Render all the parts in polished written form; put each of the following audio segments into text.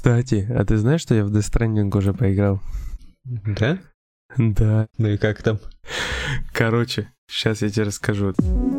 Кстати, а ты знаешь, что я в Death Stranding уже поиграл? Да? Да. Ну и как там? Короче, сейчас я тебе расскажу.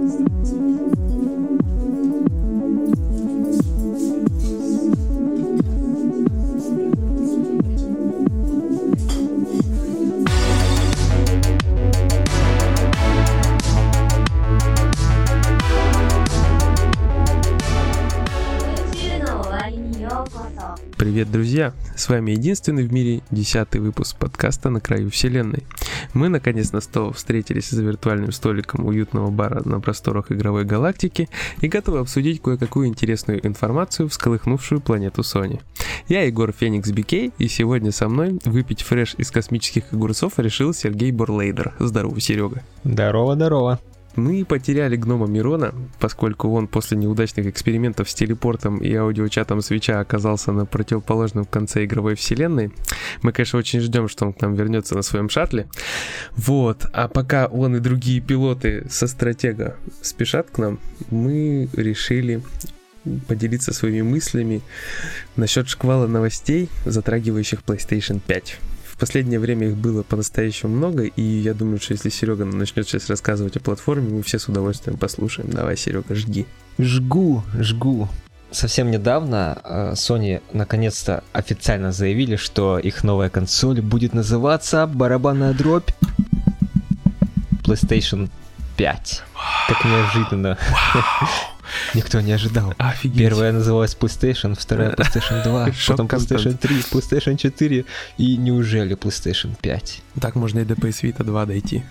Привет, друзья! С вами единственный в мире 10-й выпуск подкаста «На краю вселенной». Мы, наконец-то, снова встретились за виртуальным столиком уютного бара на просторах игровой галактики и готовы обсудить кое-какую интересную информацию, всколыхнувшую планету Sony. Я Егор Феникс Бикей, и сегодня со мной выпить фреш из космических огурцов решил Сергей Борлейдер. Здорово, Серега! Здорово! Мы потеряли гнома Мирона, поскольку он после неудачных экспериментов с телепортом и аудиочатом Свитча оказался на противоположном конце игровой вселенной. Мы, конечно, очень ждем, что он к нам вернется на своем шаттле. Вот, а пока он и другие пилоты со стратега спешат к нам, мы решили поделиться своими мыслями насчет шквала новостей, затрагивающих PlayStation 5. В последнее время их было по-настоящему много, и я думаю, что если Серега начнет сейчас рассказывать о платформе, мы все с удовольствием послушаем. Давай, Серега, жги. Жгу. Совсем недавно Sony наконец-то официально заявили, что их новая консоль будет называться барабанная дробь PlayStation 5. Как неожиданно. Никто не ожидал. Офигеть. Первая называлась PlayStation, вторая PlayStation 2, потом PlayStation 3, PlayStation 4 и неужели PlayStation 5? Так можно и до PS Vita 2 дойти.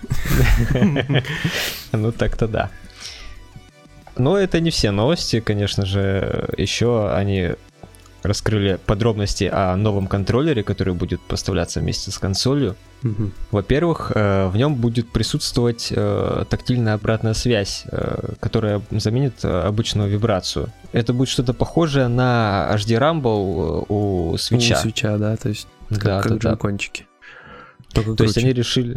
Ну так-то да. Но это не все новости, конечно же. Еще они раскрыли подробности о новом контроллере, который будет поставляться вместе с консолью. Во-первых, в нем будет присутствовать тактильная обратная связь, которая заменит обычную вибрацию. Это будет что-то похожее на HD Rumble у Switch'а. У Switch'а, да, то есть как джойкончики. То есть они решили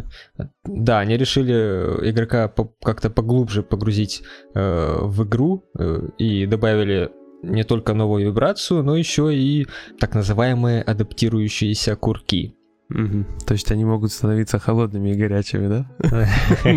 игрока как-то поглубже погрузить в игру и добавили не только новую вибрацию, но еще и так называемые адаптирующиеся курки. То есть они могут становиться холодными и горячими, да?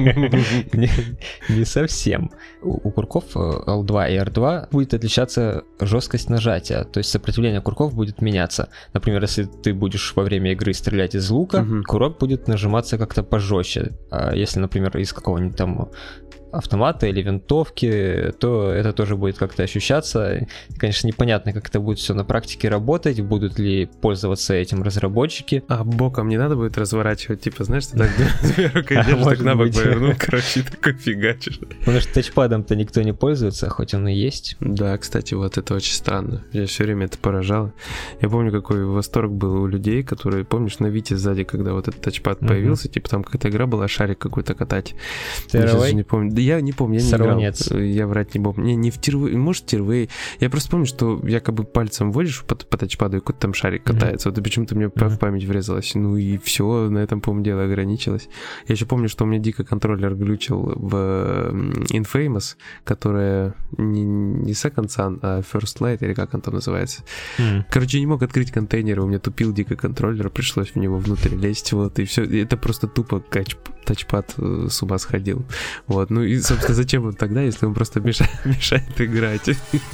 Не совсем. У курков L2 и R2 будет отличаться жесткость нажатия, то есть сопротивление курков будет меняться. Например, если ты будешь во время игры стрелять из лука, курок будет нажиматься как-то пожестче. А если, например, из какого-нибудь там автомата или винтовки, то это тоже будет как-то ощущаться. Конечно, непонятно, как это будет все на практике работать, будут ли пользоваться этим разработчики. А боком не надо будет разворачивать, типа, знаешь, ты так две рукой держишь, так на бок повернул, короче, такой фигачишь. Потому что тачпадом-то никто не пользуется, хоть он и есть. Да, кстати, вот это очень странно. Я все время это поражало. Я помню, какой восторг был у людей, которые, помнишь, на Вите сзади, когда вот этот тачпад появился, типа там какая-то игра была, шарик какой-то катать. Я сейчас не помню. Я не помню, я не Сорванец. играл. Я врать не помню. Не впервые, может, впервые. Я просто помню, что якобы пальцем вводишь по тачпаду, и какой-то там шарик катается. Вот и почему-то мне в память врезалось. Ну и все, на этом, по-моему, дело ограничилось. Я еще помню, что у меня дико контроллер глючил в Infamous, которая не Second Son, а First Light, или как он там называется. Короче, я не мог открыть контейнер, у меня тупил дико контроллер, пришлось в него внутрь лезть, вот, и все. Это просто тупо тачпад с ума сходил. Вот, ну и, собственно, зачем он тогда, если он просто мешает играть?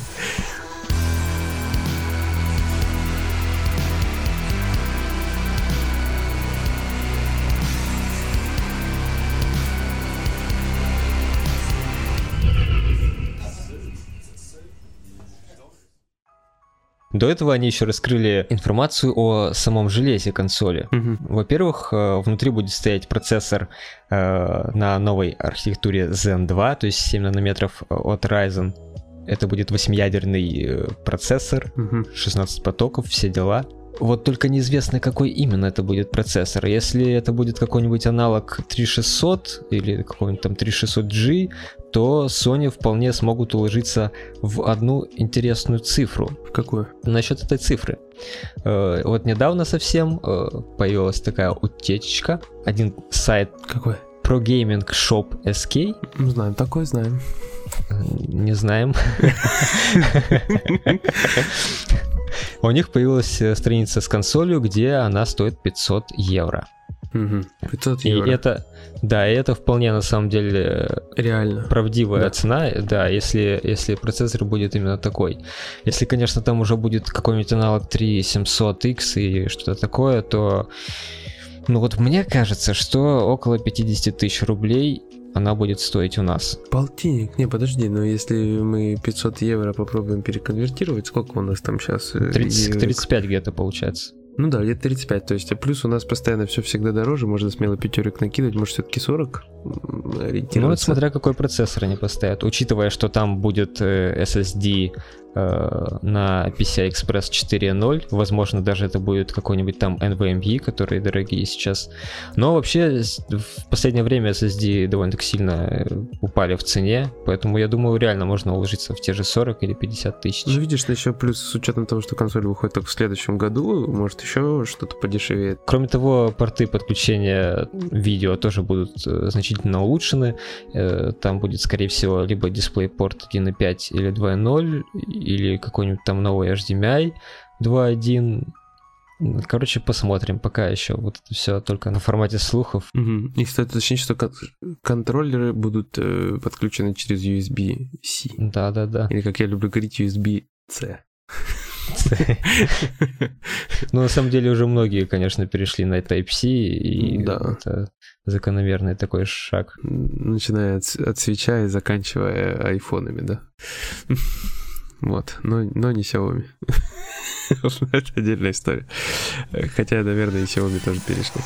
До этого они еще раскрыли информацию о самом железе консоли. Во-первых, внутри будет стоять процессор на новой архитектуре Zen 2, то есть 7 нанометров от Ryzen. Это будет 8-ядерный процессор, 16 потоков, все дела. Вот только неизвестно, какой именно это будет процессор. Если это будет какой-нибудь аналог 3600 или какой-нибудь там 3600G, то Sony вполне смогут уложиться в одну интересную цифру. В какую? Насчет этой цифры. Вот недавно совсем появилась такая утечка. Один сайт... Какой? Pro Gaming Shop SK. Знаем, такой знаем. Не знаем. У них появилась страница с консолью, где она стоит 500 евро. 500 евро. И это вполне на самом деле реально правдивая цена, да, если процессор будет именно такой. Если, конечно, там уже будет какой-нибудь аналог 3700X и что-то такое, то, ну вот мне кажется, что около 50 тысяч рублей она будет стоить у нас. Полтинник. Не, подожди, но если мы 500 евро попробуем переконвертировать, сколько у нас там сейчас? 35 где-то получается. Ну да, где-то 35, то есть, а плюс у нас постоянно все всегда дороже, можно смело пятерик накидывать, может все-таки 40 ориентироваться. Ну вот смотря какой процессор они поставят, учитывая, что там будет SSD на PCI Express 4.0, возможно, даже это будет какой-нибудь там NVMe, которые дорогие сейчас. Но вообще в последнее время SSD довольно-таки сильно упали в цене, поэтому я думаю, реально можно уложиться в те же 40 или 50 тысяч. Ну видишь, еще плюс с учетом того, что консоль выходит только в следующем году, может еще что-то подешевеет. Кроме того, порты подключения видео тоже будут значительно улучшены. Там будет, скорее всего, либо DisplayPort 1.5 или 2.0, или какой-нибудь там новый HDMI 2.1. Короче, посмотрим. Пока еще вот это все только на формате слухов. И стоит уточнить, что контроллеры будут подключены через USB-C. Да. Или, как я люблю говорить, USB-C. Ну, на самом деле, уже многие, конечно, перешли на Type-C, и это закономерный такой шаг. Начиная от свеча и заканчивая айфонами, да. Вот, но не Xiaomi. Это отдельная история. Хотя, наверное, и Xiaomi тоже перешли.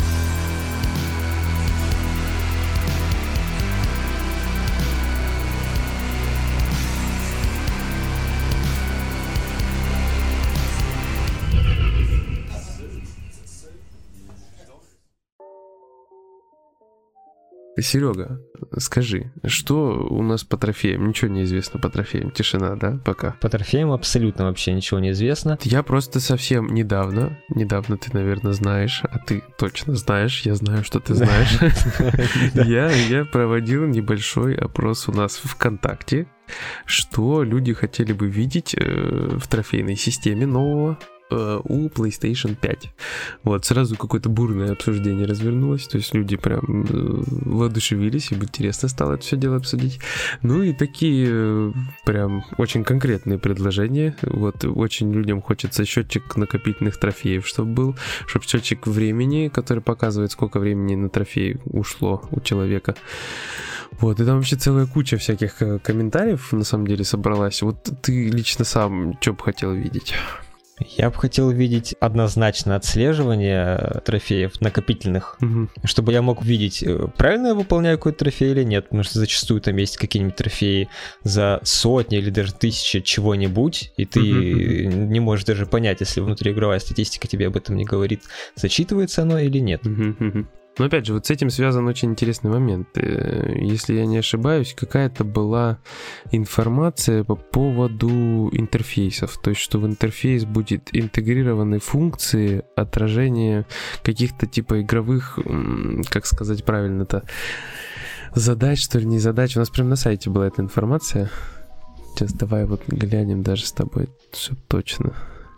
Серега, скажи, что у нас по трофеям? Ничего не известно по трофеям. Тишина, да, пока? По трофеям абсолютно вообще ничего не известно. Я просто совсем недавно ты, наверное, знаешь, а ты точно знаешь, я знаю, что ты знаешь. Я проводил небольшой опрос у нас в ВКонтакте, что люди хотели бы видеть в трофейной системе нового у PlayStation 5. Вот, сразу какое-то бурное обсуждение развернулось, то есть люди прям воодушевились, им интересно стало это все дело обсудить. Ну и такие прям очень конкретные предложения. Вот, очень людям хочется счетчик накопительных трофеев, чтобы был, чтобы счетчик времени, который показывает, сколько времени на трофей ушло у человека. Вот, и там вообще целая куча всяких комментариев, на самом деле, собралась. Вот ты лично сам что бы хотел видеть? Я бы хотел видеть однозначно отслеживание трофеев накопительных, чтобы я мог видеть, правильно я выполняю какой-то трофей или нет, потому что зачастую там есть какие-нибудь трофеи за сотни или даже тысячи чего-нибудь, и ты не можешь даже понять, если внутриигровая статистика тебе об этом не говорит, зачитывается оно или нет. Но опять же, вот с этим связан очень интересный момент. Если я не ошибаюсь, какая-то была информация по поводу интерфейсов. То есть, что в интерфейс будет интегрированы функции отражения каких-то типа игровых, как сказать правильно-то, задач, что ли, не задач. У нас прям на сайте была эта информация. Сейчас давай вот глянем даже с тобой, все точно.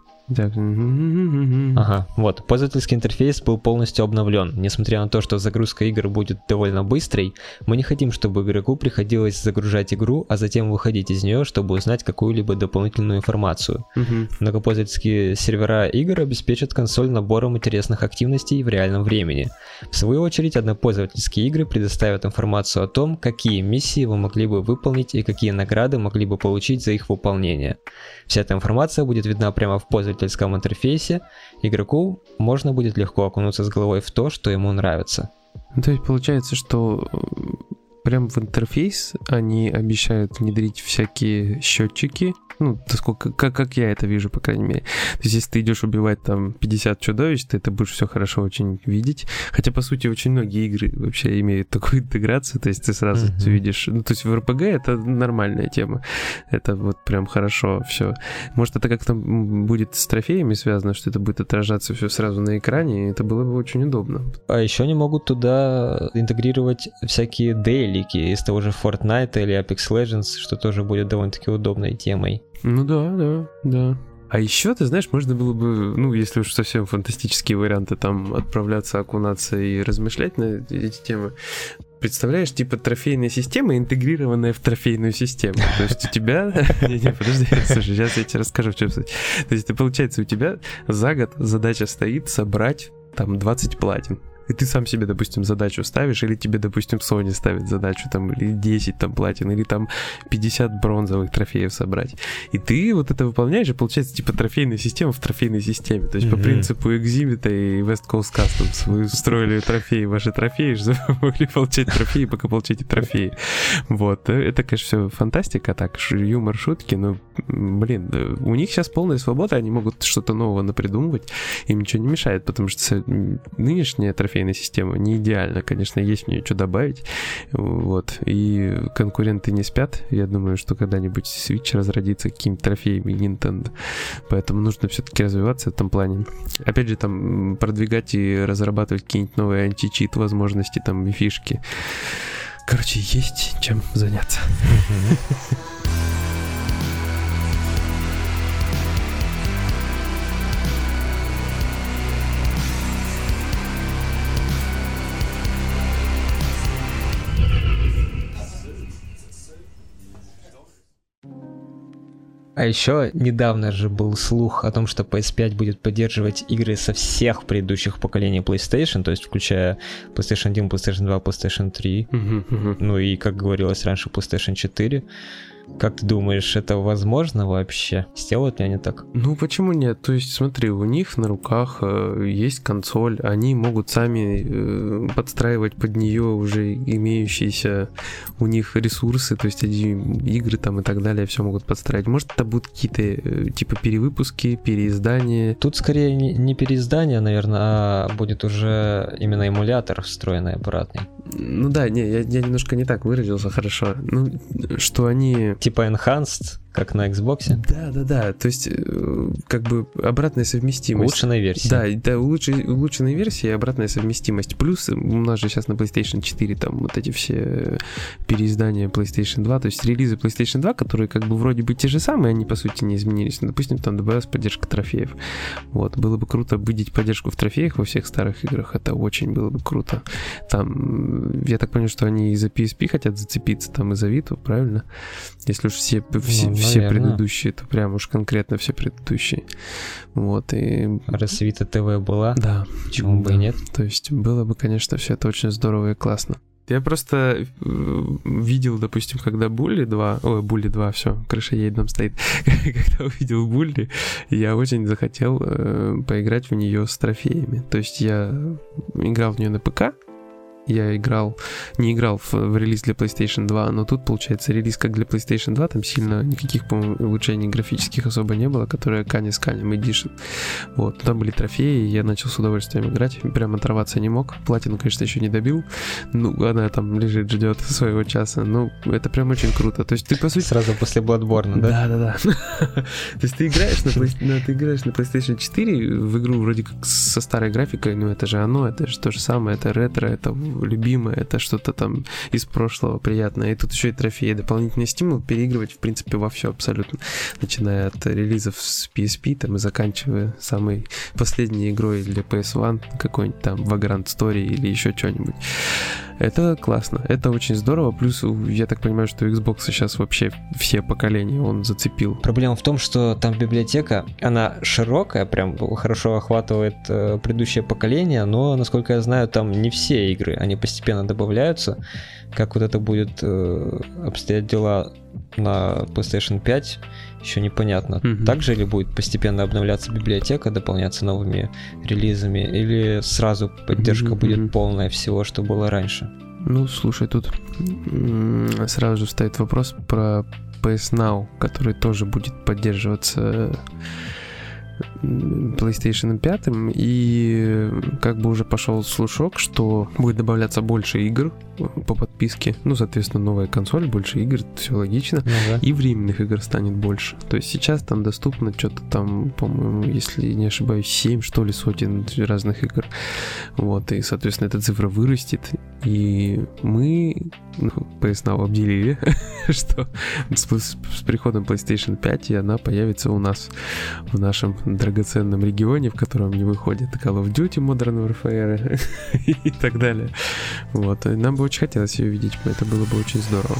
Ага, вот, пользовательский интерфейс был полностью обновлен. Несмотря на то, что загрузка игр будет довольно быстрой, мы не хотим, чтобы игроку приходилось загружать игру, а затем выходить из нее, чтобы узнать какую-либо дополнительную информацию. Многопользовательские сервера игр обеспечат консоль набором интересных активностей в реальном времени. В свою очередь, однопользовательские игры предоставят информацию о том, какие миссии вы могли бы выполнить и какие награды могли бы получить за их выполнение. Вся эта информация будет видна прямо в пользовательском интерфейсе. Игроку можно будет легко окунуться с головой в то, что ему нравится. То есть получается, что прям в интерфейс они обещают внедрить всякие счетчики. Ну, как я это вижу, по крайней мере. То есть, если ты идешь убивать там 50 чудовищ, ты это будешь все хорошо очень видеть. Хотя, по сути, очень многие игры вообще имеют такую интеграцию. То есть, ты сразу видишь... Ну, то есть, в РПГ это нормальная тема. Это вот прям хорошо все. Может, это как-то будет с трофеями связано, что это будет отражаться все сразу на экране, и это было бы очень удобно. А еще они могут туда интегрировать всякие дейлики из того же Fortnite или Apex Legends, что тоже будет довольно-таки удобной темой. Ну да. А еще, ты знаешь, можно было бы, ну, если уж совсем фантастические варианты, там, отправляться, окунаться и размышлять на эти темы. Представляешь, типа трофейная система, интегрированная в трофейную систему. То есть у тебя... Не, подожди, слушай, сейчас я тебе расскажу, в чем суть. То есть, получается, у тебя за год задача стоит собрать там 20 платин. И ты сам себе, допустим, задачу ставишь, или тебе, допустим, Sony ставит задачу, там, или 10 там платин, или там 50 бронзовых трофеев собрать. И ты вот это выполняешь, и получается, типа, трофейная система в трофейной системе. То есть по принципу Exhibit и West Coast Customs вы устроили трофеи, ваши трофеи, что вы могли получать трофеи, пока получаете трофеи. Вот. Это, конечно, все фантастика, так, юмор, шутки, но, блин, у них сейчас полная свобода, они могут что-то нового напридумывать, им ничего не мешает, потому что нынешняя трофейная система не идеальна, конечно, есть в нее что добавить, вот, и конкуренты не спят, я думаю, что когда-нибудь Switch разродится какими-то трофеями Nintendo, поэтому нужно все-таки развиваться в этом плане. Опять же, там, продвигать и разрабатывать какие-нибудь новые античит возможности, там, и фишки. Короче, есть чем заняться. А еще недавно же был слух о том, что PS5 будет поддерживать игры со всех предыдущих поколений PlayStation, то есть включая PlayStation 1, PlayStation 2, PlayStation 3, ну и, как говорилось раньше, PlayStation 4. Как ты думаешь, это возможно вообще? Сделают ли они так? Ну, почему нет? То есть, смотри, у них на руках есть консоль, они могут сами подстраивать под нее уже имеющиеся у них ресурсы, то есть игры там и так далее, все могут подстраивать. Может, это будут какие-то типа перевыпуски, переиздания? Тут скорее не переиздание, наверное, а будет уже именно эмулятор встроенный аппаратный. Ну да, не, я немножко не так выразился, хорошо. Ну, что они... Типа enhanced, как на Xbox? Да, то есть как бы обратная совместимость. Улучшенная версия. Да, улучшенная версия и обратная совместимость. Плюс у нас же сейчас на PlayStation 4 там вот эти все переиздания PlayStation 2, то есть релизы PlayStation 2, которые как бы вроде бы те же самые, они по сути не изменились. Но, допустим, там добавилась поддержка трофеев. Вот, было бы круто видеть поддержку в трофеях во всех старых играх, это очень было бы круто. Там, я так понял, что они и за PSP хотят зацепиться, там и за Vita, правильно? Если уж все предыдущие, то прям уж конкретно все предыдущие. Вот, и... Раз Vita TV была, да, почему бы и нет? То есть было бы, конечно, все это очень здорово и классно. Я просто видел, допустим, когда Булли 2, все, крыша едет нам стоит. Когда увидел Булли, я очень захотел поиграть в нее с трофеями. То есть я играл в нее на ПК, я не играл в релиз для PlayStation 2, но тут, получается, релиз как для PlayStation 2, там сильно никаких, по-моему, улучшений графических особо не было, которые Kanye с Kanye Edition. Вот, там были трофеи, я начал с удовольствием играть, прям оторваться не мог. Платину, конечно, еще не добил, ну, она там лежит, ждет своего часа, ну, это прям очень круто. То есть ты, по сути... Сразу после Bloodborne, да? Да. То есть ты играешь на PlayStation 4 в игру вроде как со старой графикой, ну, это же оно, это же то же самое, это ретро, это любимое, это что-то там из прошлого приятное. И тут еще и трофеи, дополнительный стимул переигрывать, в принципе, во все абсолютно. Начиная от релизов с PSP там, и заканчивая самой последней игрой для PS1, какой-нибудь там Vagrant Story или еще что-нибудь. Это классно, это очень здорово. Плюс, я так понимаю, что Xbox сейчас вообще все поколения он зацепил. Проблема в том, что там библиотека, она широкая, прям хорошо охватывает предыдущее поколение, но, насколько я знаю, там не все игры, они постепенно добавляются. Как вот это будет обстоять дела на PlayStation 5, еще непонятно. Также ли будет постепенно обновляться библиотека, дополняться новыми релизами, или сразу поддержка будет полная всего, что было раньше? Ну, слушай, тут сразу же встает вопрос про PS Now, который тоже будет поддерживаться PlayStation 5, и как бы уже пошел слушок, что будет добавляться больше игр по подписке, ну, соответственно, новая консоль, больше игр, все логично, и временных игр станет больше. То есть сейчас там доступно что-то там, по-моему, если не ошибаюсь, 7, что ли, сотен разных игр. Вот, и, соответственно, эта цифра вырастет, и мы PS Now обделили, что с приходом PlayStation 5 и она появится у нас в нашем драгоценном регионе, в котором не выходит Call of Duty, Modern Warfare и так далее. Вот. И нам бы очень хотелось ее видеть, это было бы очень здорово.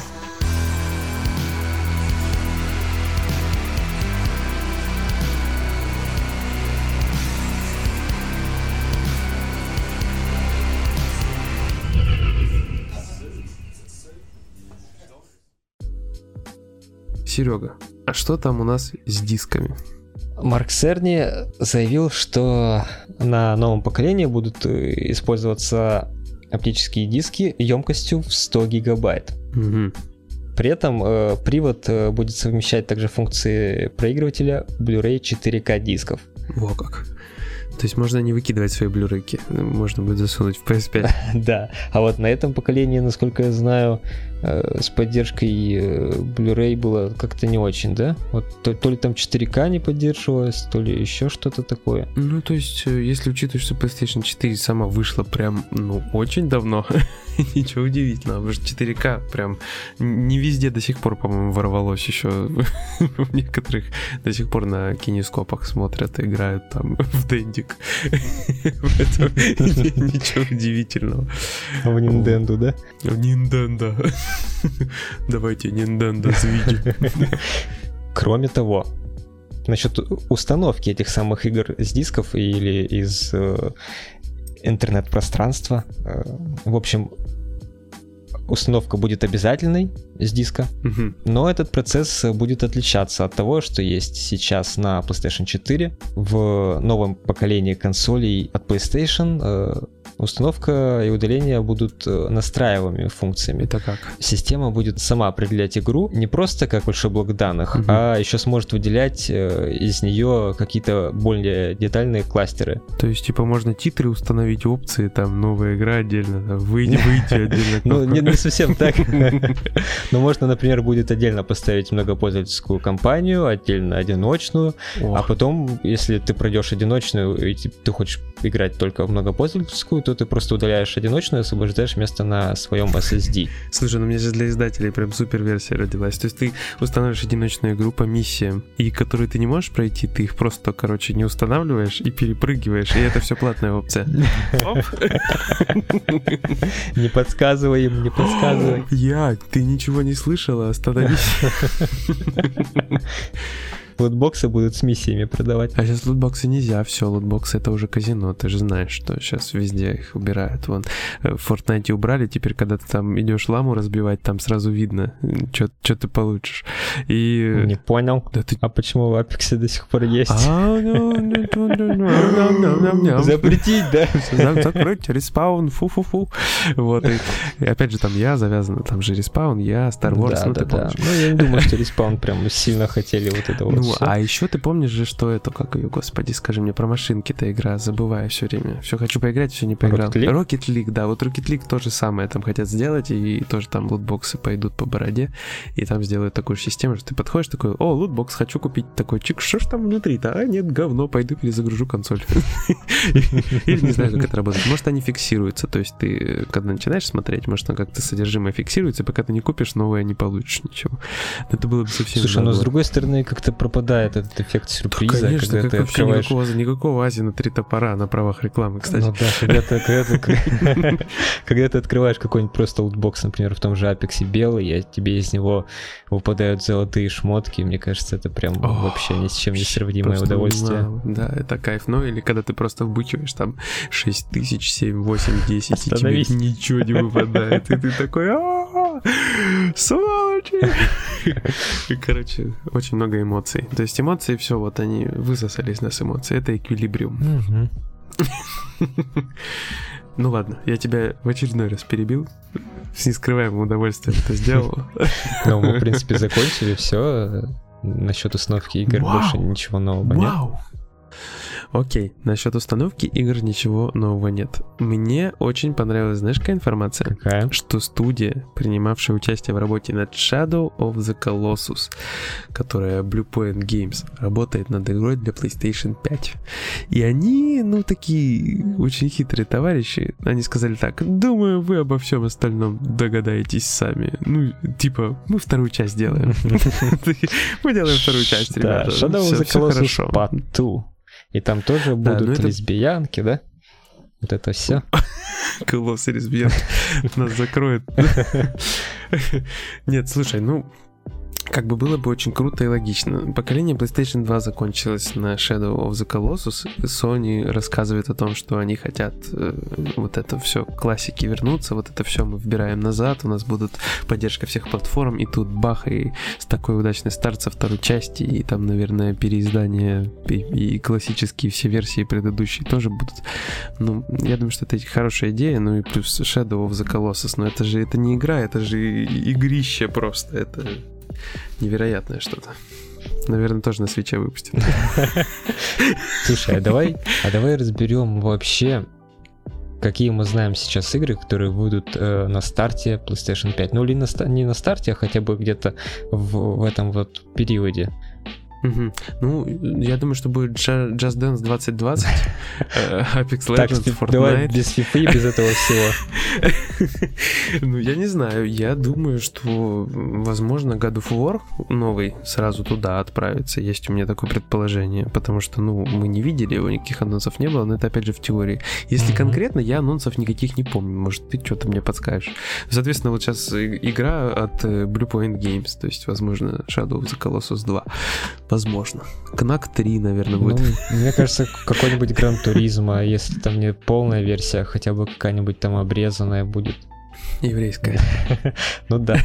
Серега, а что там у нас с дисками? Марк Серни заявил, что на новом поколении будут использоваться оптические диски емкостью в 100 гигабайт. Угу. При этом привод будет совмещать также функции проигрывателя Blu-ray 4K дисков. Во как. То есть можно не выкидывать свои блюрейки, можно будет засунуть в PS5. Да, а вот на этом поколении, насколько я знаю, с поддержкой Blu-ray было как-то не очень, да? Вот то ли там 4К не поддерживалось, то ли еще что-то такое. Ну, то есть, если учитывать, что PlayStation 4 сама вышла прям, очень давно, ничего удивительного, потому что 4К прям не везде до сих пор, по-моему, ворвалось еще. В некоторых до сих пор на кинескопах смотрят, играют там в Дендик. Ничего удивительного. В Nintendo, да? В Nintendo. Давайте Nintendo заведем. Кроме того, насчет установки этих самых игр с дисков или из интернет-пространства, в общем, установка будет обязательной с диска, но этот процесс будет отличаться от того, что есть сейчас на PlayStation 4. В новом поколении консолей от PlayStation установка и удаление будут настраиваемыми функциями. Это как? Система будет сама определять игру не просто как большой блок данных, а еще сможет выделять из нее какие-то более детальные кластеры. То есть, типа, можно титры установить, опции, там, новая игра отдельно, выйти отдельно. Ну, не совсем так. Но можно, например, будет отдельно поставить многопользовательскую кампанию, отдельно одиночную, а потом, если ты пройдешь одиночную и ты хочешь играть только в многопользовательскую, то ты просто удаляешь одиночную и освобождаешь место на своем SSD. Слушай, у меня сейчас для издателей прям супер версия родилась. То есть ты устанавливаешь одиночную игру по миссиям, и которые ты не можешь пройти, ты их просто, не устанавливаешь и перепрыгиваешь, и это все платная опция. Не подсказывай им, не подсказывай. Ты ничего не слышала? Остановись. Лутбоксы будут с миссиями продавать. А сейчас лутбоксы нельзя, все, лутбоксы это уже казино, ты же знаешь, что сейчас везде их убирают. Вон, в Fortnite убрали, теперь, когда ты там идешь ламу разбивать, там сразу видно, что ты получишь. И... Не понял. Да ты... А почему в Apex до сих пор есть? Запретить, да? Закрыть, респаун, фу-фу-фу. Вот, и опять же там я завязан, там же респаун, я, Star Wars, ты помнишь. Ну, я не думаю, что респаун прям сильно хотели вот это вот. А еще ты помнишь же, что это, как ее, господи, скажи мне, про машинки-то игра, забываю все время. Все хочу поиграть, все не поиграл. Rocket League, да, вот Rocket League то же самое там хотят сделать, и тоже там лутбоксы пойдут по бороде, и там сделают такую же систему, что ты подходишь такой, лутбокс хочу купить, такой, чик, что ж там внутри-то? А нет, говно, пойду перезагружу консоль. Или не знаю, как это работает. Может, они фиксируются, то есть ты, когда начинаешь смотреть, может, оно как-то содержимое фиксируется, пока ты не купишь новое, не получишь ничего. Это было бы совсем... Слушай, но с другой стороны, как-то пропадает этот эффект сюрприза, да, конечно, когда как ты вообще открываешь... никакого Ази на 3 топора на правах рекламы, кстати. Ну да, когда ты открываешь какой-нибудь просто лутбокс, например, в том же Apex белый, и тебе из него выпадают золотые шмотки, мне кажется, это прям вообще ни с чем не сравнимое удовольствие. Да, это кайф. Ну или когда ты просто вбухиваешь там 6 тысяч, 7, 8, 10, и тебе ничего не выпадает, и ты такой, сволочи! Короче, очень много эмоций. То есть эмоции, все, вот они высосали из нас эмоции. Это эквилибриум. Ну ладно, я тебя в очередной раз перебил. С нескрываемым удовольствием это сделал. Ну, мы, в принципе, закончили все. Насчет установки игр больше ничего нового нет. Окей, насчет установки игр ничего нового нет. Мне очень понравилась, знаешь, какая информация? Какая? Что студия, принимавшая участие в работе над Shadow of the Colossus, которая Bluepoint Games, работает над игрой для PlayStation 5. И они, такие очень хитрые товарищи. Они сказали так: думаю, вы обо всем остальном догадаетесь сами. Мы вторую часть делаем. Мы делаем вторую часть, ребята. Shadow of the Colossus Part 2. И там тоже будут лесбиянки, да? Вот это все. Колосс и лесбиянки нас закроют. Нет, слушай, было бы очень круто и логично. Поколение PlayStation 2 закончилось на Shadow of the Colossus. Sony рассказывает о том, что они хотят вот это все классики вернуться, вот это все мы вбираем назад, у нас будет поддержка всех платформ, и тут бах, и с такой удачной старт со второй части, и там, наверное, переиздания и классические все версии предыдущие тоже будут. Я думаю, что это хорошая идея, и плюс Shadow of the Colossus, но это не игра, это же игрище просто, это невероятное что-то. Наверное, тоже на Switch выпустят. Слушай, а давай разберем вообще, какие мы знаем сейчас игры, которые будут на старте PlayStation 5. Или не на старте, а хотя бы где-то в этом вот периоде. Я думаю, что будет Just Dance 2020, Apex Legends, Fortnite. Давай без FIFA и без этого всего. Я не знаю. Я думаю, что, возможно, God of War новый сразу туда отправится. Есть у меня такое предположение. Потому что, мы не видели его, никаких анонсов не было, но это, опять же, в теории. Если конкретно, я анонсов никаких не помню. Может, ты что-то мне подскажешь. Соответственно, вот сейчас игра от Bluepoint Games. То есть, возможно, Shadow of the Colossus 2. Возможно. Knack 3, наверное, будет. Мне кажется, какой-нибудь Gran Turismo, если там не полная версия, хотя бы какая-нибудь там обрезанная будет. Еврейская. Да.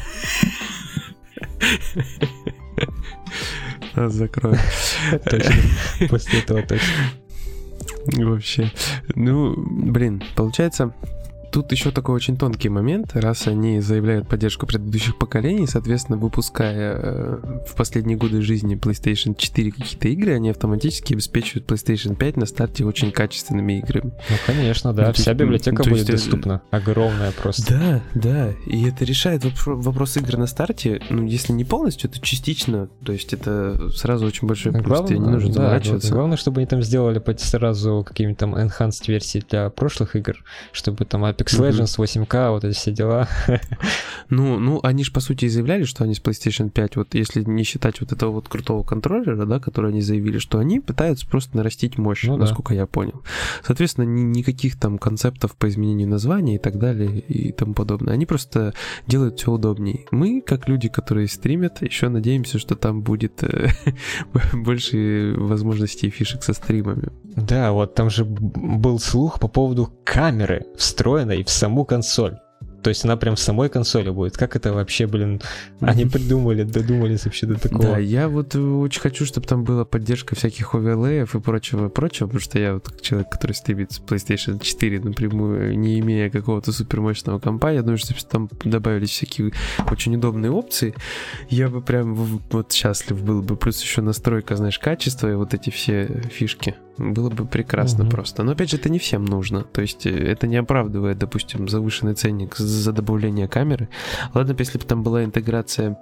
Нас закроют. Точно. После этого точно. Вообще. Получается... Тут еще такой очень тонкий момент, раз они заявляют поддержку предыдущих поколений, соответственно, выпуская в последние годы жизни PlayStation 4 какие-то игры, они автоматически обеспечивают PlayStation 5 на старте очень качественными играми. Конечно, да, вся библиотека будет доступна, огромная просто. Да, и это решает вопрос игр на старте, если не полностью, то частично, то есть это сразу очень большой плюс, тебе не нужно заморачиваться. Главное, чтобы они там сделали сразу какие-нибудь там enhanced версии для прошлых игр, чтобы там Apex Legends, 8К, вот эти все дела. Они же по сути и заявляли, что они с PlayStation 5, вот если не считать вот этого вот крутого контроллера, да, который они заявили, что они пытаются просто нарастить мощь, насколько я понял. Соответственно, никаких там концептов по изменению названия и так далее и тому подобное. Они просто делают все удобнее. Мы, как люди, которые стримят, еще надеемся, что там будет больше возможностей и фишек со стримами. Да, вот там же был слух по поводу камеры, встроенной в саму консоль. То есть она прям в самой консоли будет. Как это вообще, они додумались вообще до такого? Да, я вот очень хочу, чтобы там была поддержка всяких оверлеев и прочего, потому что я вот человек, который стримит с PlayStation 4 напрямую, не имея какого-то супермощного компа, я думаю, что там добавились всякие очень удобные опции. Я бы прям вот счастлив был бы. Плюс еще настройка, знаешь, качества и вот эти все фишки. Было бы прекрасно просто. Но опять же, это не всем нужно. То есть это не оправдывает, допустим, завышенный ценник за добавление камеры. Ладно, если бы там была интеграция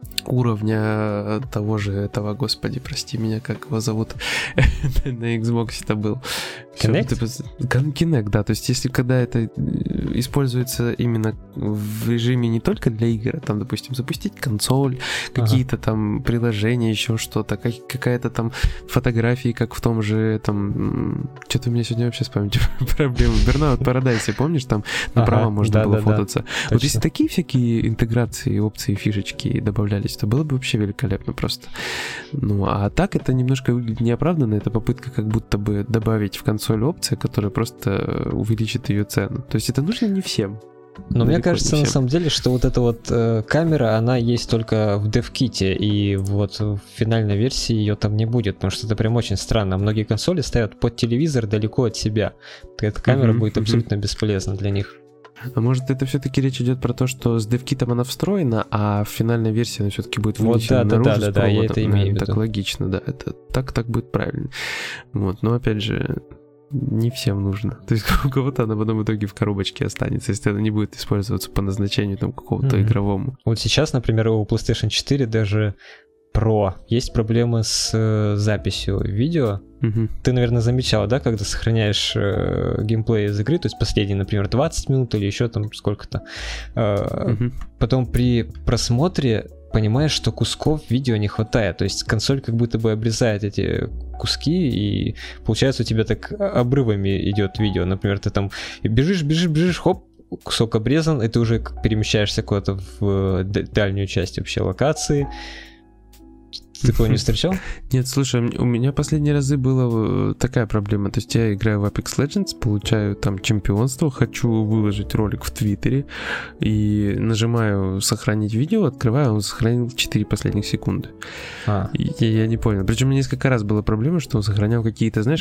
уровня того же этого, господи, прости меня, как его зовут, на Xbox это был. Kinect, да, то есть если когда это используется именно в режиме не только для игр, а там, допустим, запустить консоль, какие-то там приложения, еще что-то, какая-то там фотографии, как в том же там, что-то у меня сегодня вообще с памятью проблемы. Burnout Paradise, помнишь, там направо можно было фототься. Вот если такие всякие интеграции, опции, фишечки добавлялись, то было бы вообще великолепно просто. А так это немножко выглядит неоправданно, это попытка как будто бы добавить в консоль опция, которая просто увеличит ее цену. То есть это нужно не всем. Но мне кажется, на самом деле, что вот эта вот камера, она есть только в DevKit, и вот в финальной версии ее там не будет, потому что это прям очень странно. Многие консоли ставят под телевизор далеко от себя. Эта камера будет абсолютно бесполезна для них. А может, это все-таки речь идет про то, что с DevKit она встроена, а в финальной версии она все-таки будет вынесена наружу с проводом? Да, я это имею в виду. Так логично, да. Это так будет правильно. Вот, но опять же, не всем нужно. То есть у кого-то она потом в итоге в коробочке останется, если она не будет использоваться по назначению там какого-то игровому. Вот сейчас, например, у PlayStation 4 даже Pro есть проблемы с записью видео. Ты, наверное, замечал, да, когда сохраняешь геймплей из игры, то есть последние, например, 20 минут или еще там сколько-то. Потом при просмотре понимаешь, что кусков видео не хватает. То есть консоль как будто бы обрезает эти куски, и получается у тебя так обрывами идет видео. Например, ты там бежишь, хоп, кусок обрезан, и ты уже перемещаешься куда-то в дальнюю часть вообще локации. Ты такого не встречал? Нет, слушай, у меня последние разы была такая проблема. То есть я играю в Apex Legends, получаю там чемпионство, хочу выложить ролик в Твиттере, и нажимаю «Сохранить видео», открываю, он сохранил 4 последних секунды. Я не понял. Причем у меня несколько раз была проблема, что он сохранял какие-то, знаешь,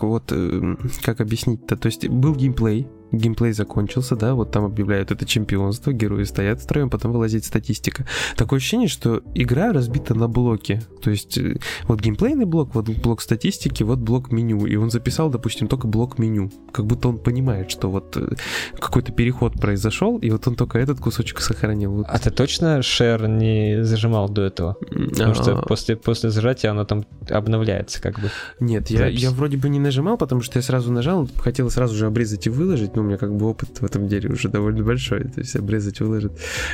как объяснить-то? То есть был геймплей закончился, да, вот там объявляют это чемпионство, герои стоят втроем, потом вылазит статистика. Такое ощущение, что игра разбита на блоки. То есть вот геймплейный блок, вот блок статистики, вот блок меню. И он записал, допустим, только блок меню. Как будто он понимает, что вот какой-то переход произошел, и вот он только этот кусочек сохранил. А ты точно share не зажимал до этого? Потому что после зажатия оно там обновляется как бы. Нет, я вроде бы не нажимал, потому что я сразу нажал, хотел сразу же обрезать и выложить, но у меня как бы опыт в этом деле уже довольно большой, то есть обрезать, выложить.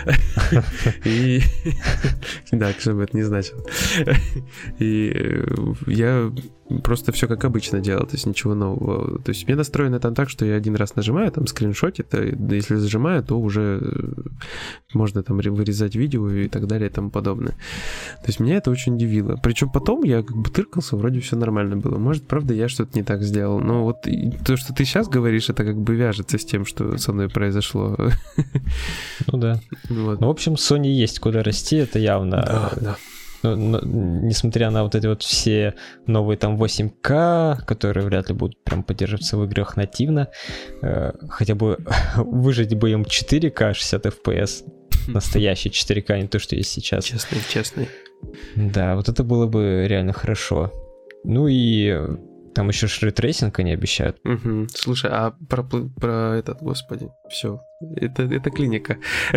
И да, чтобы это не значило. И я просто все как обычно делал, то есть ничего нового. То есть у меня настроено там так, что я один раз нажимаю, там скриншотит, если зажимаю, то уже можно там вырезать видео и так далее и тому подобное. То есть меня это очень удивило. Причем потом я как бы тыркался, вроде все нормально было. Может, правда, я что-то не так сделал. Но вот то, что ты сейчас говоришь, это как бы вяжется с тем, что со мной произошло. Ну да. Вот. Ну, в общем, Sony есть куда расти, это явно. Да. Но, несмотря на вот эти вот все новые там 8К, которые вряд ли будут прям поддерживаться в играх нативно, хотя бы выжить бы им 4К 60 FPS, настоящий 4К, не то, что есть сейчас. Честный. Да, вот это было бы реально хорошо. Ну и там еще рейтрейсинг они обещают. Слушай, а про этот, господи, все, это клиника.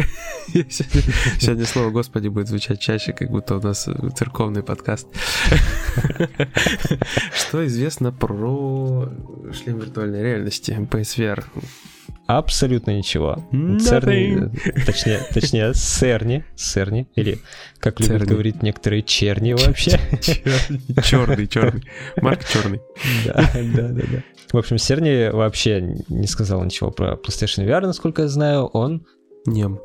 Сегодня слово «господи» будет звучать чаще, как будто у нас церковный подкаст. Что известно про шлем виртуальной реальности PSVR? Абсолютно ничего. Точнее, Cerny, или, как любят говорить некоторые, черни вообще. Черный. Марк черный. Да. В общем, Cerny вообще не сказал ничего про PlayStation VR, насколько я знаю, он... Нем.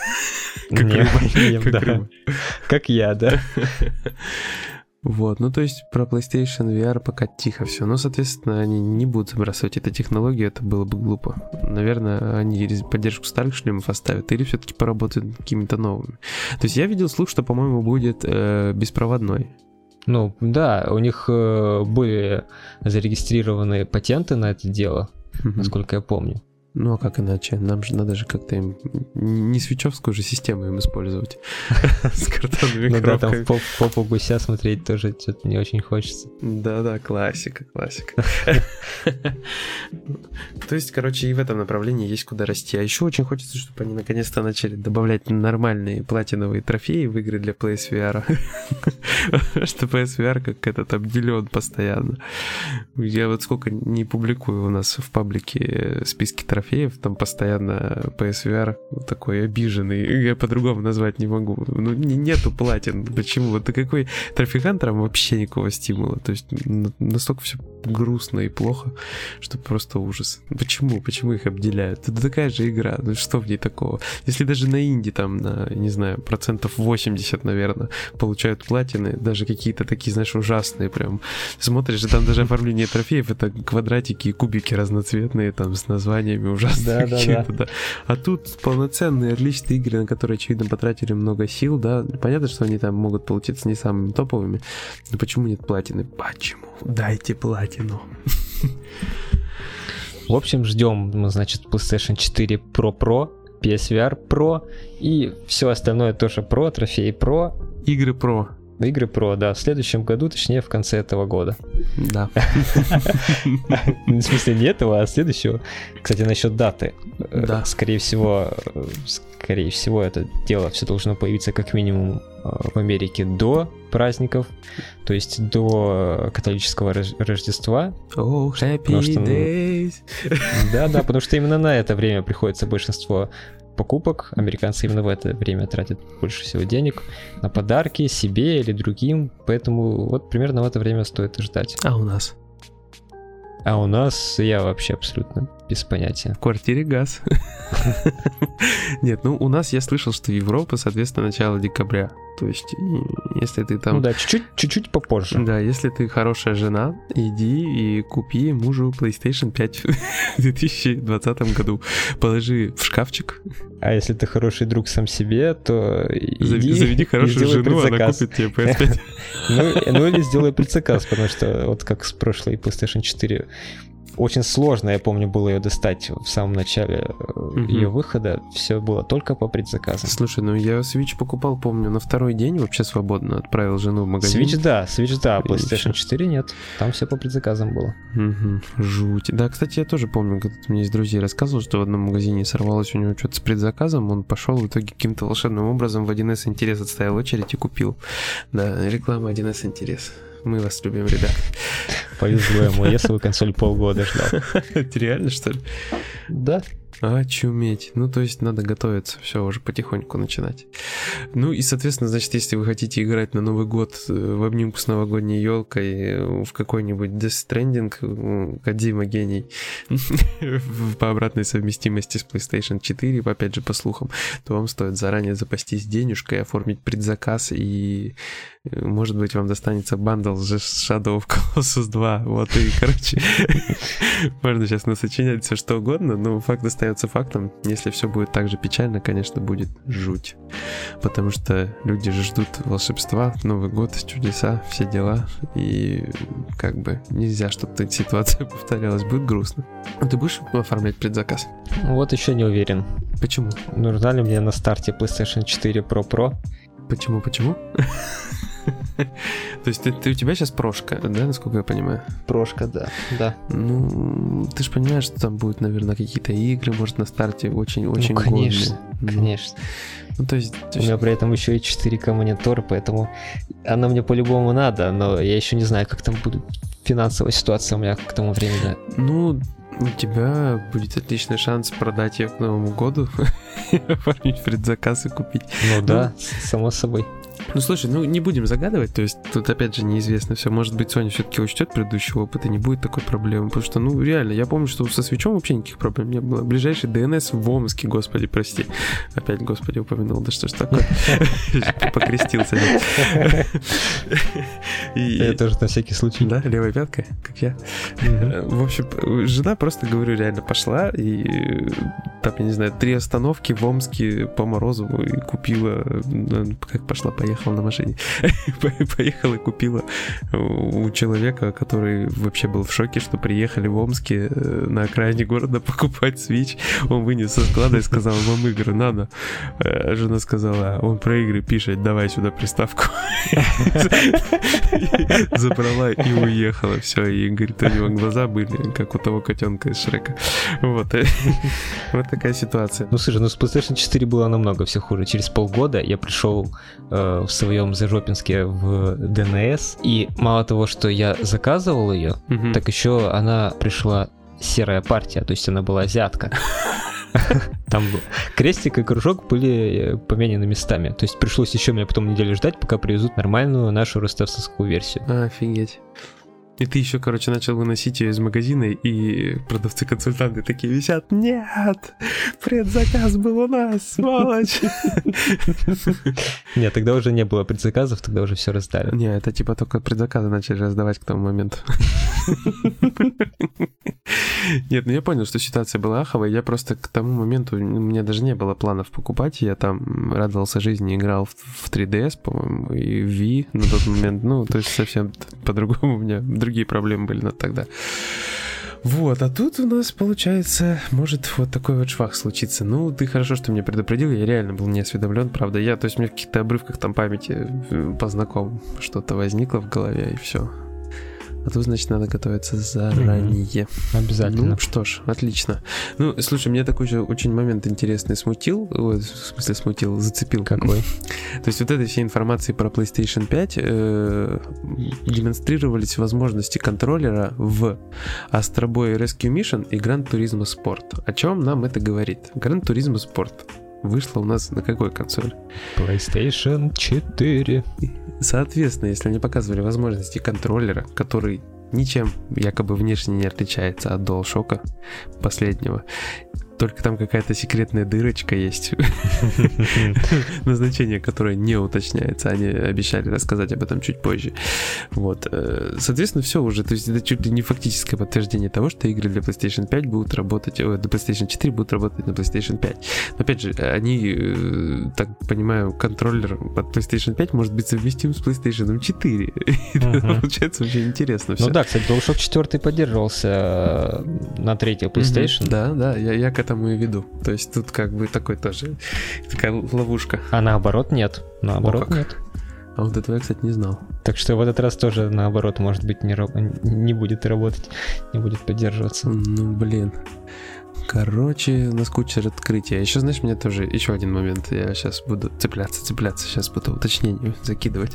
Нем, да. Как я, да. Вот, ну то есть про PlayStation VR пока тихо все, но, соответственно, они не будут забрасывать эту технологию, это было бы глупо. Наверное, они поддержку старых шлемов оставят или все-таки поработают над какими-то новыми. То есть я видел слух, что, по-моему, будет беспроводной. Ну да, у них были зарегистрированы патенты на это дело, насколько я помню. Ну а как иначе? Нам же надо же как-то им не свитчовскую же систему им использовать с картонными коробками. Ну да, там в попу гуся смотреть тоже что-то не очень хочется. Да, классика. То есть, короче, и в этом направлении есть куда расти. А еще очень хочется, чтобы они наконец-то начали добавлять нормальные платиновые трофеи в игры для PSVR. Что PSVR как этот обделен постоянно. Я вот сколько не публикую у нас в паблике списки трофеев, там постоянно PSVR такой обиженный. Я по-другому назвать не могу. Ну, нету платин. Почему? Это какой трафикантерам вообще никакого стимула. То есть настолько все грустно и плохо, что просто ужас. Почему? Почему их обделяют? Это такая же игра. Ну что в ней такого? Если даже на инди там, на, не знаю, 80%, наверное, получают платины, даже какие-то такие, знаешь, ужасные прям. Смотришь, и там даже оформление трофеев — это квадратики и кубики разноцветные, там, с названиями ужасные какие-то, да. А тут полноценные, отличные игры, на которые, очевидно, потратили много сил, да. Понятно, что они там могут получиться не самыми топовыми, но почему нет платины? Почему? Дайте платину. В общем, ждем, значит, PlayStation 4 Pro, PSVR Pro и все остальное тоже Pro, трофеи Pro. Игры Pro. Игры Pro, да, в следующем году, точнее в конце этого года. Да. В смысле не этого, а следующего. Кстати, насчет даты. Да. Скорее всего, это дело все должно появиться как минимум в Америке до праздников, то есть до католического Рождества. Oh, happy days. Да, потому что именно на это время приходится большинство покупок. Американцы именно в это время тратят больше всего денег на подарки себе или другим, поэтому вот примерно в это время стоит ждать. А у нас? А у нас я вообще абсолютно без понятия. В квартире газ. Нет, ну у нас я слышал, что Европа, соответственно, начало декабря. То есть, если ты там... Ну да, чуть-чуть попозже. Да, если ты хорошая жена, иди и купи мужу PlayStation 5 в 2020 году. Положи в шкафчик. А если ты хороший друг сам себе, то иди заведи хорошую жену, она купит тебе PS5. Ну или сделай предзаказ, потому что вот как с прошлой PlayStation 4... Очень сложно, я помню, было ее достать в самом начале ее выхода. Все было только по предзаказам. Слушай, ну я Switch покупал, помню, на второй день вообще свободно. Отправил жену в магазин. Switch да, PlayStation 4 нет. Там все по предзаказам было. Жуть. Да, кстати, я тоже помню, когда у меня есть друзья рассказывал, что в одном магазине сорвалось у него что-то с предзаказом. Он пошел в итоге каким-то волшебным образом в 1С интерес отстоял очередь и купил. Да, реклама 1С интерес. Мы вас любим, ребят. Повезло ему, я свою консоль полгода ждал. Это реально, что ли? Да. Очуметь. Ну, то есть надо готовиться, все, уже потихоньку начинать. Ну и, соответственно, значит, если вы хотите играть на Новый год в обнимку с новогодней елкой в какой-нибудь Death Stranding, Кодзима гений, по обратной совместимости с PlayStation 4, опять же, по слухам, то вам стоит заранее запастись денежкой, оформить предзаказ, и, может быть, вам достанется бандл с Shadow of Colossus 2. Вот и, короче, можно сейчас насочинять все что угодно, но факт остается фактом. Если все будет так же печально, конечно, будет жуть. Потому что люди же ждут волшебства, Новый год, чудеса, все дела. И как бы нельзя, чтобы эта ситуация повторялась. Будет грустно. А ты будешь оформлять предзаказ? Вот еще не уверен. Почему? Нужна ли мне на старте PlayStation 4 Pro? Почему? То есть ты у тебя сейчас прошка, да, насколько я понимаю? Прошка, да. Ну, ты же понимаешь, что там будут, наверное, какие-то игры, может, на старте очень конечно, годные. Конечно. Ну, то есть... У меня при этом еще и 4К монитор, поэтому она мне по-любому надо, но я еще не знаю, как там будет финансовая ситуация у меня к тому времени. Ну, у тебя будет отличный шанс продать ее к Новому году, оформить предзаказ и купить. Ну да, само собой. Ну слушай, не будем загадывать, то есть тут опять же неизвестно все, может быть Sony все-таки учтет предыдущий опыт и не будет такой проблемы, потому что, реально, я помню, что со Switch'ом вообще никаких проблем не было. Ближайший DNS в Омске, господи, прости. Опять, господи, упомянул, да что ж такое? Покрестился. Я тоже на всякий случай. Да, левой пяткой, как я. В общем, жена просто, говорю, реально пошла и там, я не знаю, 3 остановки в Омске по Морозову и купила, как поехала на машине, поехала и купила у человека, который вообще был в шоке, что приехали в Омске на окраине города покупать Switch. Он вынес со склада и сказал: вам игры надо. Жена сказала: он про игры пишет, давай сюда приставку. Забрала и уехала. Все, и, говорит, у него глаза были, как у того котенка из Шрека. Вот. Вот такая ситуация. Ну, слушай, с PlayStation 4 было намного все хуже. Через полгода я пришел в своем Зажопинске в DNS, и мало того, что я заказывал ее, так еще она пришла серая партия, то есть она была азиатка. Там крестик и кружок были поменены местами. То есть пришлось еще мне потом неделю ждать, пока привезут нормальную нашу ростовскую версию. Офигеть. И ты еще, короче, начал выносить ее из магазина, и продавцы-консультанты такие висят: нет, предзаказ был у нас, сволочь. Нет, тогда уже не было предзаказов, тогда уже все раздали. Не, это типа только предзаказы начали раздавать к тому моменту. Нет, я понял, что ситуация была аховая. Я просто к тому моменту, у меня даже не было планов покупать. Я там радовался жизни, играл в 3DS, по-моему, и в Wii на тот момент. То есть совсем по-другому у меня другие проблемы были тогда. Вот, а тут у нас, получается, может вот такой вот швах случиться. Ну, ты хорошо, что меня предупредил, я реально был не осведомлен, правда. То есть у меня в каких-то обрывках там памяти по знакомым что-то возникло в голове, и все. А тут, значит, надо готовиться заранее. Обязательно. Ну, что ж, отлично. Ну, слушай, меня такой же очень момент интересный смутил. В смысле смутил, зацепил. Какой? То есть вот этой всей информации про PlayStation 5 демонстрировались возможности контроллера в Astro Boy Rescue Mission и Gran Turismo Sport. О чем нам это говорит? Gran Turismo Sport вышла у нас на какой консоли? PlayStation 4. Соответственно, если они показывали возможности контроллера, который ничем якобы внешне не отличается от DualShock последнего, только там какая-то секретная дырочка есть, назначение которое не уточняется. Они обещали рассказать об этом чуть позже. Вот. Соответственно, все уже. То есть это чуть ли не фактическое подтверждение того, что игры для PlayStation 5 будут работать, для PlayStation 4 будут работать на PlayStation 5. Но опять же, они, так понимаю, контроллер под PlayStation 5 может быть совместим с PlayStation 4. Это получается очень интересно все. Ну да, кстати, DualShock 4 поддерживался на третьей PlayStation. Да, я к этому и веду. То есть тут как бы такой тоже такая ловушка. А наоборот нет. Наоборот нет. А вот этого я, кстати, не знал. Так что в этот раз тоже наоборот, может быть, не будет работать, не будет поддерживаться. Ну, блин. Короче, у нас куча открытия. Еще, знаешь, мне тоже еще один момент. Я сейчас буду цепляться. Сейчас буду уточнение закидывать.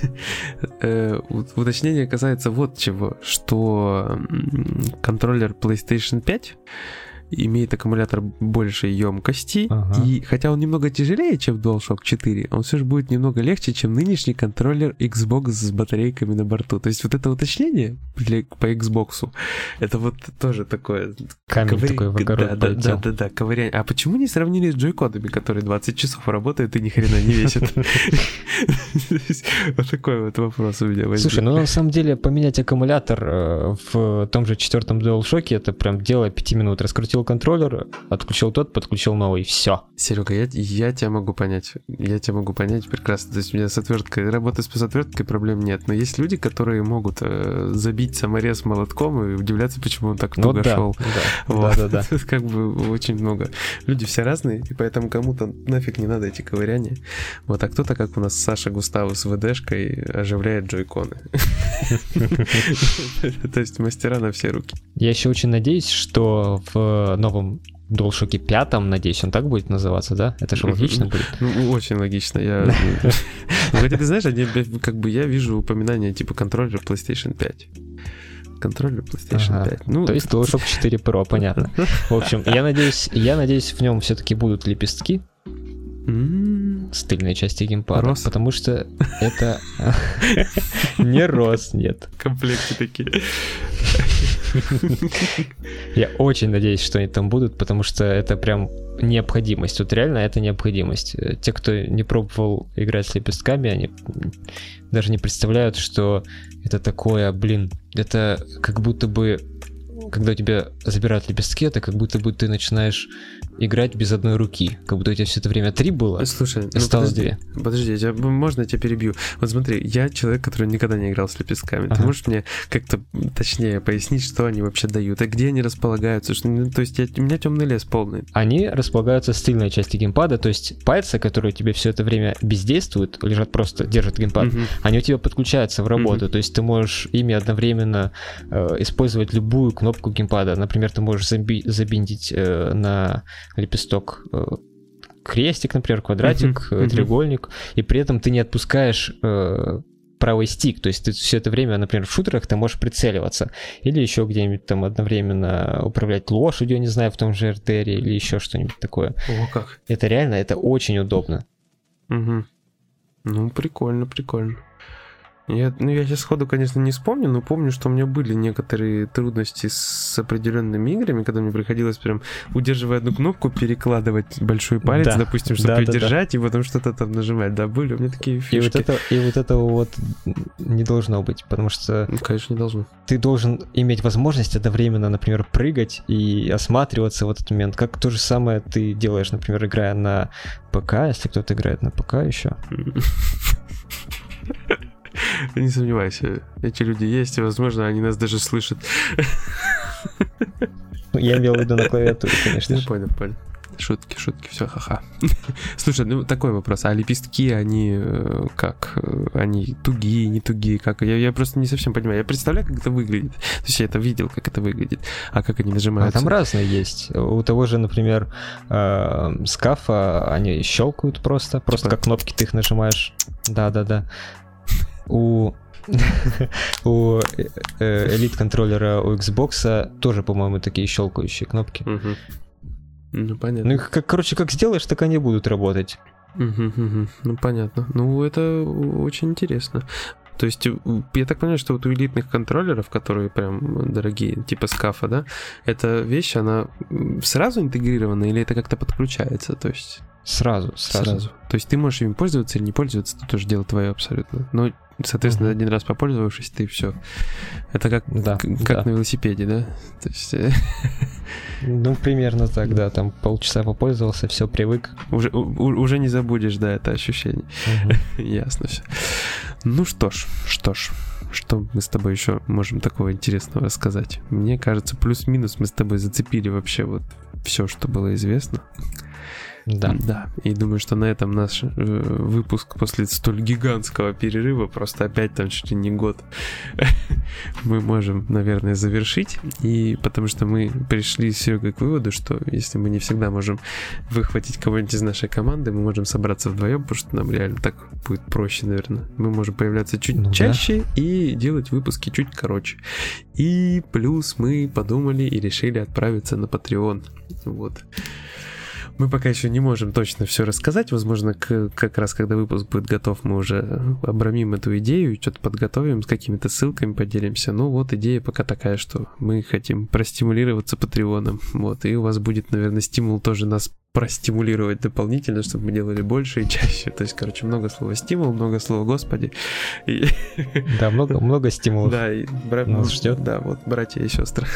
Уточнение касается вот чего. Что контроллер PlayStation 5 имеет аккумулятор большей емкости, и хотя он немного тяжелее, чем DualShock 4, он все же будет немного легче, чем нынешний контроллер Xbox с батарейками на борту. То есть вот это уточнение по Xbox, это вот тоже такое... Камень такой в огород полетел. Да, ковыряние. А почему не сравнили с джойкодами, которые 20 часов работают и ни хрена не весят? Вот такой вот вопрос у меня возник. Слушай, ну на самом деле поменять аккумулятор в том же 4-м DualShock, это прям дело 5 минут. Раскрутил контроллер, отключил тот, подключил новый, все. Серега, я тебя могу понять. Я тебя могу понять прекрасно. То есть у меня с отверткой, работы с отверткой проблем нет. Но есть люди, которые могут забить саморез молотком и удивляться, почему он так туго шел. Да. Тут как бы очень много. Люди все разные, и поэтому кому-то нафиг не надо эти ковыряния. Вот, а кто-то, как у нас Саша Густаву с ВДшкой, оживляет джойконы. То есть мастера на все руки. Я еще очень надеюсь, что в новом DualShock 5, надеюсь, он так будет называться, да? Это же логично будет. Ну, очень логично. Хотя ты знаешь, как бы я вижу упоминания типа контроллер PlayStation 5. Контроллер PlayStation 5. Ну, то есть DualShock 4 Pro, понятно. В общем, я надеюсь, в нем все-таки будут лепестки с тыльной части геймпада, потому что это не роз, нет. Комплекты такие. Я очень надеюсь, что они там будут, потому что это прям необходимость. Вот реально это необходимость. Те, кто не пробовал играть с лепестками, они даже не представляют, что это такое, это как будто бы, когда у тебя забирают лепестки, это как будто бы ты начинаешь играть без одной руки. Как будто у тебя все это время 3 было. Слушай, осталось 2. Подожди, можно я тебя перебью? Вот смотри, я человек, который никогда не играл с лепестками. Ты можешь мне как-то точнее пояснить, что они вообще дают? И где они располагаются? То есть у меня темный лес полный. Они располагаются с тыльной части геймпада, то есть пальцы, которые у тебя все это время бездействуют, лежат просто, держат геймпад, они у тебя подключаются в работу. То есть ты можешь ими одновременно использовать любую кнопку геймпада. Например, ты можешь забиндить на лепесток крестик, например, квадратик, треугольник, и при этом ты не отпускаешь правый стик, то есть ты все это время, например, в шутерах ты можешь прицеливаться, или еще где-нибудь там одновременно управлять лошадью, я не знаю, в том же RDR или еще что-нибудь такое. О, как! Это реально, это очень удобно. Ну, прикольно. Я сейчас сходу, конечно, не вспомню, но помню, что у меня были некоторые трудности с определенными играми, когда мне приходилось прям, удерживая одну кнопку, перекладывать большой палец, допустим, чтобы держать, и потом что-то там нажимать. Да, были у меня такие фишки. И вот этого вот не должно быть, потому что... Ну, конечно, не должно. Ты должен иметь возможность одновременно, например, прыгать и осматриваться в этот момент. Как то же самое ты делаешь, например, играя на ПК, если кто-то играет на ПК еще. Не сомневайся, эти люди есть, и, возможно, они нас даже слышат. Я имел в виду на клавиатуре, конечно. Я понял. Шутки, все, ха-ха. Слушай, ну такой вопрос, а лепестки, они как? Они тугие, не тугие? Как? Я просто не совсем понимаю. Я представляю, как это выглядит. То есть я это видел, как это выглядит. А как они нажимаются? А там разные есть. У того же, например, скафа, они щелкают просто как кнопки ты их нажимаешь. Да. У элит-контроллера у Xbox тоже, по-моему, такие щелкающие кнопки. Ну, понятно. Ну, их, короче, как сделаешь, так они будут работать. Ну, понятно. Ну, это очень интересно. То есть, я так понимаю, что вот у элитных контроллеров, которые прям дорогие, типа скафа, да, эта вещь, она сразу интегрирована или это как-то подключается? То есть... Сразу. То есть ты можешь им пользоваться или не пользоваться, это тоже дело твое абсолютно. Но, соответственно, один раз попользовавшись, ты все. Это как на велосипеде, да? То есть... Ну, примерно так, да. Там полчаса попользовался, все, привык. Уже не забудешь, да, это ощущение. Ясно все. Ну что ж. Что мы с тобой еще можем такого интересного рассказать? Мне кажется, плюс-минус мы с тобой зацепили вообще вот все, что было известно. Да. И думаю, что на этом наш выпуск после столь гигантского перерыва, просто опять там чуть ли не год, мы можем, наверное, завершить. И потому что мы пришли с Серегой к выводу, что если мы не всегда можем выхватить кого-нибудь из нашей команды, мы можем собраться вдвоем, потому что нам реально так будет проще, наверное. Мы можем появляться чуть чаще и делать выпуски чуть короче. И плюс мы подумали и решили отправиться на Patreon. Вот. Мы пока еще не можем точно все рассказать. Возможно, как раз когда выпуск будет готов, мы уже обрамим эту идею, что-то подготовим, с какими-то ссылками поделимся. Ну вот, идея пока такая, что мы хотим простимулироваться Патреоном. Вот, и у вас будет, наверное, стимул тоже нас простимулировать дополнительно, чтобы мы делали больше и чаще. То есть, короче, много слова стимул, много слова Господи. Да, много стимулов. Да, и нас ждет. Да, вот, братья и сестры.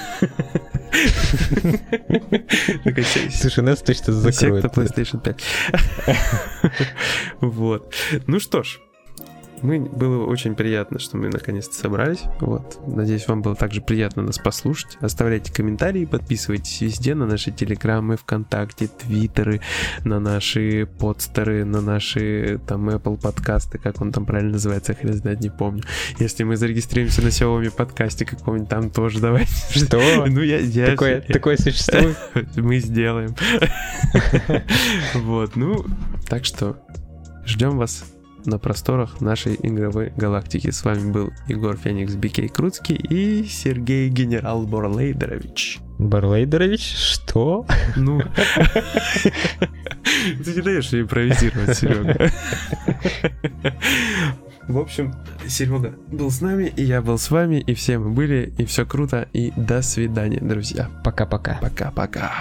Слушай, нас точно закроют. Секта PlayStation 5. Вот. Ну что ж, было очень приятно, что мы наконец-то собрались. Вот. Надеюсь, вам было также приятно нас послушать. Оставляйте комментарии, подписывайтесь везде на наши телеграммы, ВКонтакте, Твиттеры, на наши подстеры, на наши там Apple подкасты, как он там правильно называется, я хрен знает, не помню. Если мы зарегистрируемся на Xiaomi подкасте каком-нибудь, там тоже давайте. Что? Ну, Такое существует? Мы сделаем. Вот, ну, так что ждем вас на просторах нашей игровой галактики. С вами был Егор Феникс Бикей Круцкий и Сергей Генерал Борлейдерович. Борлейдерович? Что? Ну... Ты не даешь мне импровизировать, Серега. В общем, Серега был с нами, и я был с вами, и все мы были, и все круто, и до свидания, друзья. Пока-пока. Пока-пока.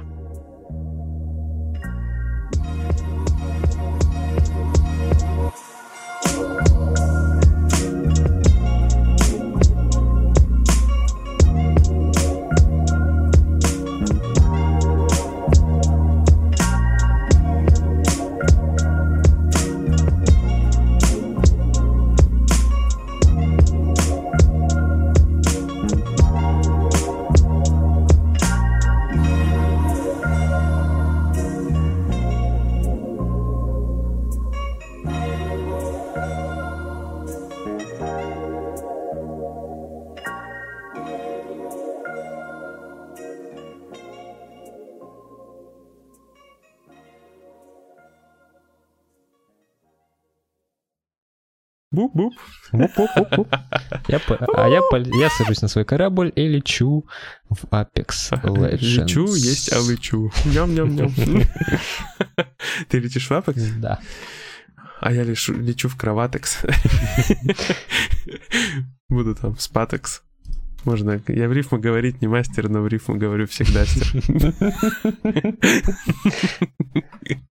Буп-буп. Я сажусь на свой корабль и лечу в Apex Legends. Лечу, есть, а лечу. Ням-ням-ням. Ты летишь в Apex? Да. А я лечу в Кроватекс. Буду там в Спатекс. Можно, я в рифму говорить не мастер, но в рифму говорю всегда.